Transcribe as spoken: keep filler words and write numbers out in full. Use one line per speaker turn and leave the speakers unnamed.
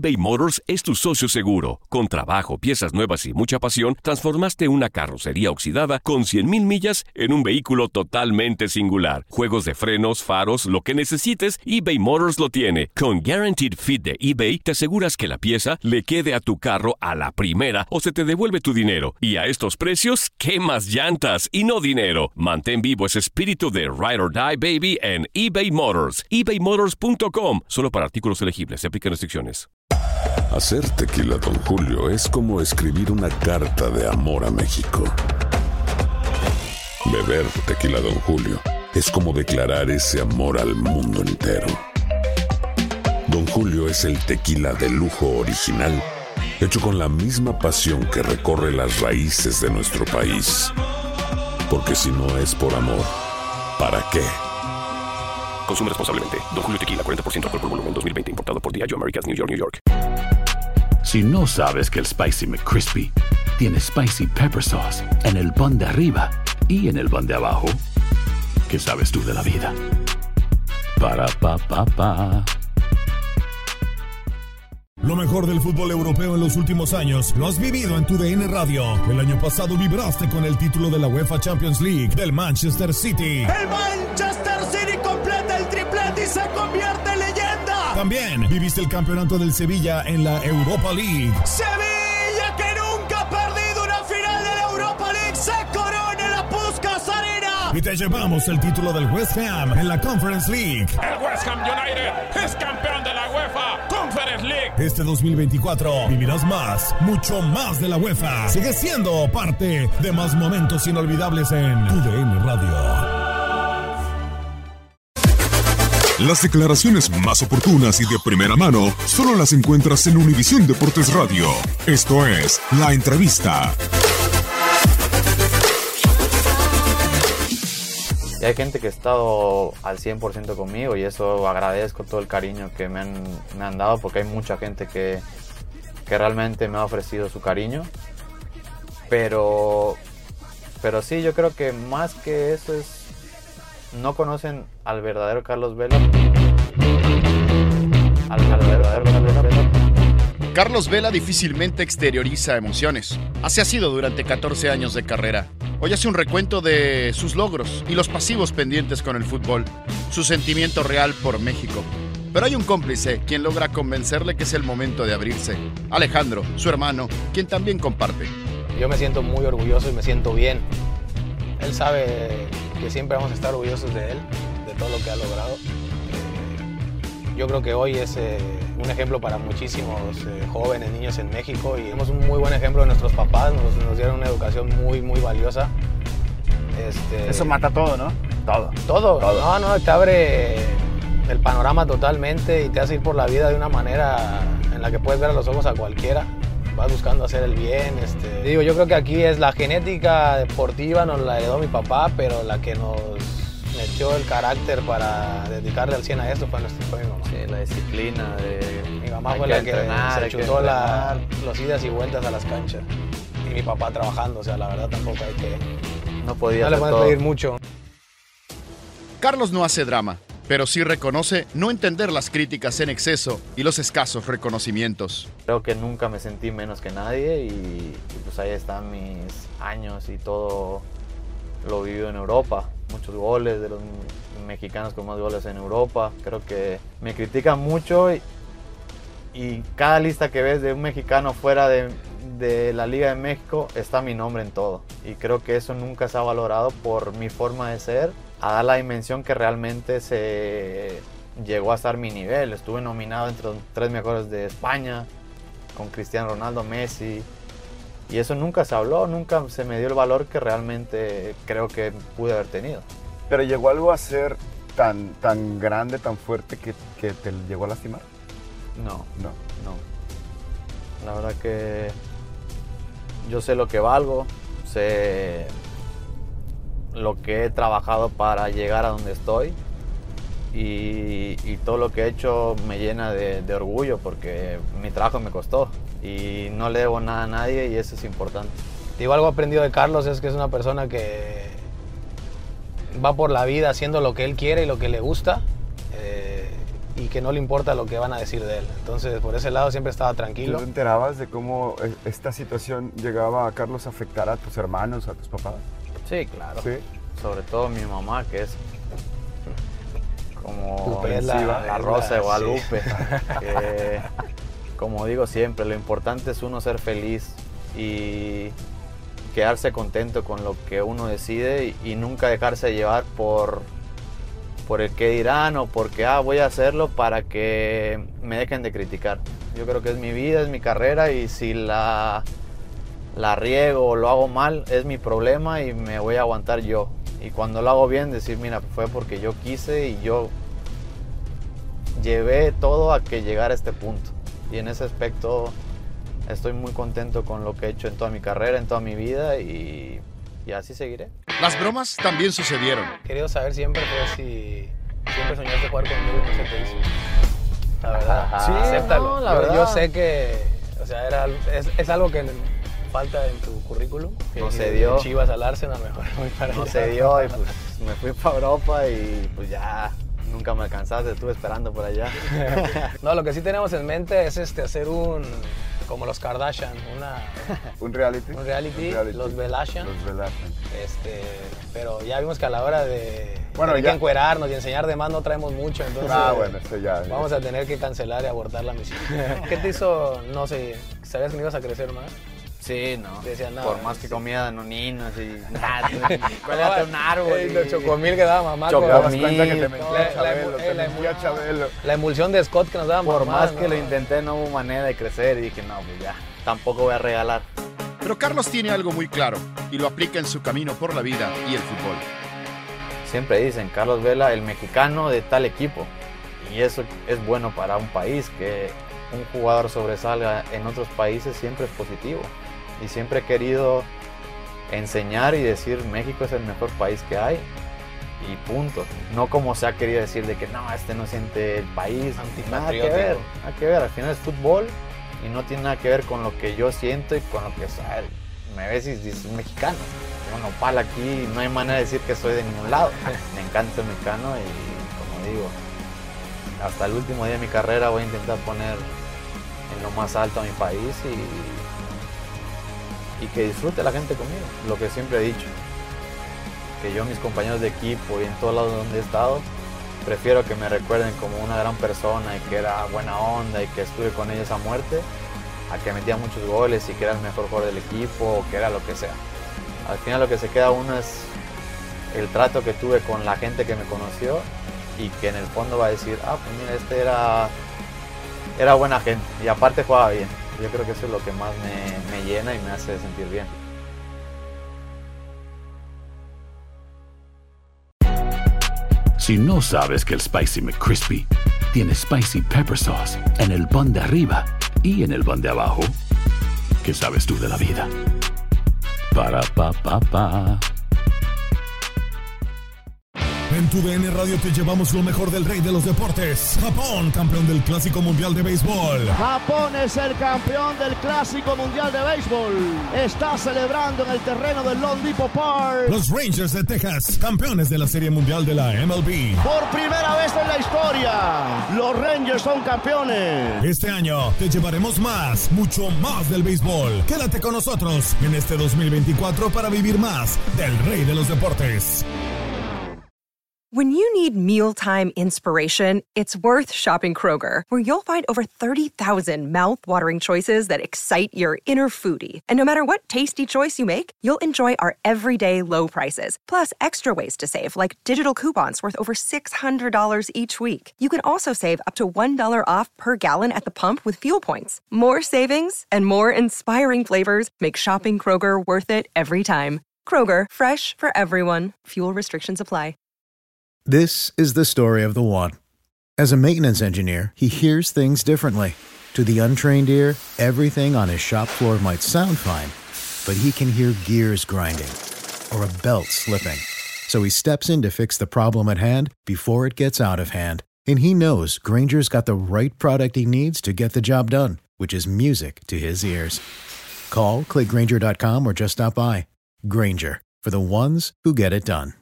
eBay Motors es tu socio seguro. Con trabajo, piezas nuevas y mucha pasión, transformaste una carrocería oxidada con cien mil millas en un vehículo totalmente singular. Juegos de frenos, faros, lo que necesites, eBay Motors lo tiene. Con Guaranteed Fit de eBay, te aseguras que la pieza le quede a tu carro a la primera o se te devuelve tu dinero. Y a estos precios, ¿qué más llantas y no dinero? Mantén vivo ese espíritu de Ride or Die, baby, en eBay Motors. ebay motors punto com. Solo para artículos elegibles. Se aplican restricciones.
Hacer tequila Don Julio es como escribir una carta de amor a México. Beber tequila Don Julio es como declarar ese amor al mundo entero. Don Julio es el tequila de lujo original, hecho con la misma pasión que recorre las raíces de nuestro país. Porque si no es por amor, ¿para qué?
Consume responsablemente. Don Julio Tequila, cuarenta por ciento alcohol por volumen, dos mil veinte. Importado por Diageo Americas, New York, New York.
Si no sabes que el Spicy McCrispy tiene Spicy Pepper Sauce en el pan de arriba y en el pan de abajo, ¿qué sabes tú de la vida? Para, pa, pa, pa.
Lo mejor del fútbol europeo en los últimos años lo has vivido en tu D N Radio. El año pasado vibraste con el título de la UEFA Champions League del Manchester City.
El Manchester City completa el triplete y se convierte en leyenda.
También viviste el campeonato del Sevilla en la Europa League.
Sevilla, que nunca ha perdido una final de la Europa League, se corona en la Puskás Arena.
Y te llevamos el título del West Ham en la Conference League.
El West Ham United es campeón de la UEFA Conference League.
Este dos mil veinticuatro vivirás más, mucho más de la UEFA. Sigue siendo parte de más momentos inolvidables en tu D N Radio.
Las declaraciones más oportunas y de primera mano solo las encuentras en Univisión Deportes Radio. Esto es La Entrevista.
Y hay gente que ha estado al cien por ciento conmigo y eso agradezco todo el cariño que me han, me han dado, porque hay mucha gente que, que realmente me ha ofrecido su cariño. Pero, pero sí, yo creo que más que eso es... No conocen al verdadero Carlos Vela. Al verdadero Carlos Vela.
Carlos Vela difícilmente exterioriza emociones. Así ha sido durante catorce años de carrera. Hoy hace un recuento de sus logros y los pasivos pendientes con el fútbol, su sentimiento real por México. Pero hay un cómplice quien logra convencerle que es el momento de abrirse. Alejandro, su hermano, quien también comparte.
Yo me siento muy orgulloso y me siento bien. Él sabe que siempre vamos a estar orgullosos de él, de todo lo que ha logrado. Eh, yo creo que hoy es eh, un ejemplo para muchísimos eh, jóvenes, niños en México, y tenemos un muy buen ejemplo de nuestros papás, nos, nos dieron una educación muy, muy valiosa. Este,
Eso mata todo, ¿no? Todo.
Todo.
todo.
No, no, te abre el panorama totalmente y te hace ir por la vida de una manera en la que puedes ver a los ojos a cualquiera. Vas buscando hacer el bien. Este. Digo, yo creo que aquí es la genética deportiva, nos la heredó mi papá, pero la que nos metió el carácter para dedicarle al cien a esto fue, nuestro, fue mi mamá.
Sí, la disciplina de...
Mi mamá fue la que,
entrenar,
se chutó la, los idas y vueltas a las canchas. Y mi papá trabajando, o sea, la verdad tampoco hay que...
No podía
No le puedes pedir mucho.
Carlos no hace drama, pero sí reconoce no entender las críticas en exceso y los escasos reconocimientos.
Creo que nunca me sentí menos que nadie y, y pues ahí están mis años y todo lo vivido en Europa. Muchos goles de los mexicanos con más goles en Europa. Creo que me critican mucho y, y cada lista que ves de un mexicano fuera de, de la Liga de México está mi nombre en todo. Y creo que eso nunca se ha valorado por mi forma de ser, a dar la dimensión que realmente se llegó a estar mi nivel. Estuve nominado entre los tres mejores de España, con Cristiano Ronaldo, Messi, y eso nunca se habló, nunca se me dio el valor que realmente creo que pude haber tenido.
¿Pero llegó algo a ser tan, tan grande, tan fuerte que, que te llegó a lastimar?
No,
no,
no. La verdad que yo sé lo que valgo, sé lo que he trabajado para llegar a donde estoy y, y todo lo que he hecho me llena de, de orgullo porque mi trabajo me costó y no le debo nada a nadie y eso es importante.
Digo, algo aprendido de Carlos es que es una persona que va por la vida haciendo lo que él quiere y lo que le gusta. Eh, y que no le importa lo que van a decir de él. Entonces, por ese lado siempre estaba tranquilo.
¿Tú te enterabas de cómo esta situación llegaba a Carlos a afectar a tus hermanos, a tus papás?
Sí, claro.
¿Sí?
Sobre todo mi mamá, que es como
la,
la Rosa de Guadalupe.
Sí.
Que, como digo siempre, lo importante es uno ser feliz y quedarse contento con lo que uno decide y, y nunca dejarse llevar por, por el que dirán o porque ah, voy a hacerlo para que me dejen de criticar. Yo creo que es mi vida, es mi carrera y si la, la riego o lo hago mal es mi problema y me voy a aguantar yo. Y cuando lo hago bien decir, mira, fue porque yo quise y yo llevé todo a que llegara a este punto. Y en ese aspecto estoy muy contento con lo que he hecho en toda mi carrera, en toda mi vida y, y así seguiré.
Las bromas también sucedieron.
Querido saber siempre fue si siempre soñaste jugar conmigo y no se te hizo. La verdad,
sí,
acéptalo.
No, la
yo,
verdad.
yo sé que o sea, era, es, es algo que falta en tu currículum. Que
no se dio.
Chivas al Arsenal mejor. Para
no
allá.
se dio y pues me fui para Europa y pues ya nunca me alcanzaste, estuve esperando por allá.
No, lo que sí tenemos en mente es este hacer un como los Kardashian, una
un reality,
un reality,
un reality.
los Velashian.
Los Velashian.
Este, pero ya vimos que a la hora de
bueno,
tener
ya.
que encuerarnos y enseñar de más no traemos mucho, entonces
ah, bueno, esto ya,
vamos
ya.
a tener que cancelar y abortar la misión. ¿Qué te hizo, no sé, sabías que me ibas a crecer más?
Sí, no.
Decía, no
por más que
sí.
comía danoninos y nada, cuélgate un árbol.
Ey, los chocomil que daba mamá.
Chocomil.
Cuenta que te mentía
la,
Chabelo,
la,
te
la,
mentía Chabelo.
La emulsión de Scott que nos daba
Por
mamá.
más
¿no?
que lo intenté no hubo manera de crecer y dije, no, pues ya, tampoco voy a regalar.
Pero Carlos tiene algo muy claro y lo aplica en su camino por la vida y el fútbol.
Siempre dicen, Carlos Vela, el mexicano de tal equipo. Y eso es bueno para un país, que un jugador sobresalga en otros países siempre es positivo. Y siempre he querido enseñar y decir México es el mejor país que hay y punto. No como se ha querido decir de que no, este no siente el país. Nada que ver, nada que ver. Al final es fútbol y no tiene nada que ver con lo que yo siento y con lo que soy. Me ves y dices mexicano. Tengo nopal aquí, no hay manera de decir que soy de ningún lado. Me encanta el mexicano y como digo, hasta el último día de mi carrera voy a intentar poner en lo más alto a mi país y y que disfrute la gente conmigo, lo que siempre he dicho, que yo, mis compañeros de equipo y en todos lados donde he estado, prefiero que me recuerden como una gran persona y que era buena onda y que estuve con ellos a muerte, a que metía muchos goles y que era el mejor jugador del equipo o que era lo que sea. Al final lo que se queda uno es el trato que tuve con la gente que me conoció y que en el fondo va a decir, ah, pues mira, este era, era buena gente y aparte jugaba bien. Yo creo que eso es lo que más me, me llena y me hace sentir bien.
Si no sabes que el Spicy McCrispy tiene Spicy Pepper Sauce en el pan de arriba y en el pan de abajo, ¿qué sabes tú de la vida? Para, pa, pa, pa.
En tu D N Radio te llevamos lo mejor del rey de los deportes. Japón, campeón del Clásico Mundial de Béisbol.
Japón es el campeón del Clásico Mundial de Béisbol. Está celebrando en el terreno del Lone Depot Park.
Los Rangers de Texas, campeones de la Serie Mundial de la M L B.
Por primera vez en la historia, los Rangers son campeones.
Este año te llevaremos más, mucho más del béisbol. Quédate con nosotros en este dos mil veinticuatro para vivir más del rey de los deportes.
When you need mealtime inspiration, it's worth shopping Kroger, where you'll find over thirty thousand mouth-watering choices that excite your inner foodie. And no matter what tasty choice you make, you'll enjoy our everyday low prices, plus extra ways to save, like digital coupons worth over six hundred dollars each week. You can also save up to one dollar off per gallon at the pump with fuel points. More savings and more inspiring flavors make shopping Kroger worth it every time. Kroger, fresh for everyone. Fuel restrictions apply.
This is the story of the one. As a maintenance engineer, he hears things differently. To the untrained ear, everything on his shop floor might sound fine, but he can hear gears grinding or a belt slipping. So he steps in to fix the problem at hand before it gets out of hand. And he knows Grainger's got the right product he needs to get the job done, which is music to his ears. Call, click Grainger dot com, or just stop by. Grainger, for the ones who get it done.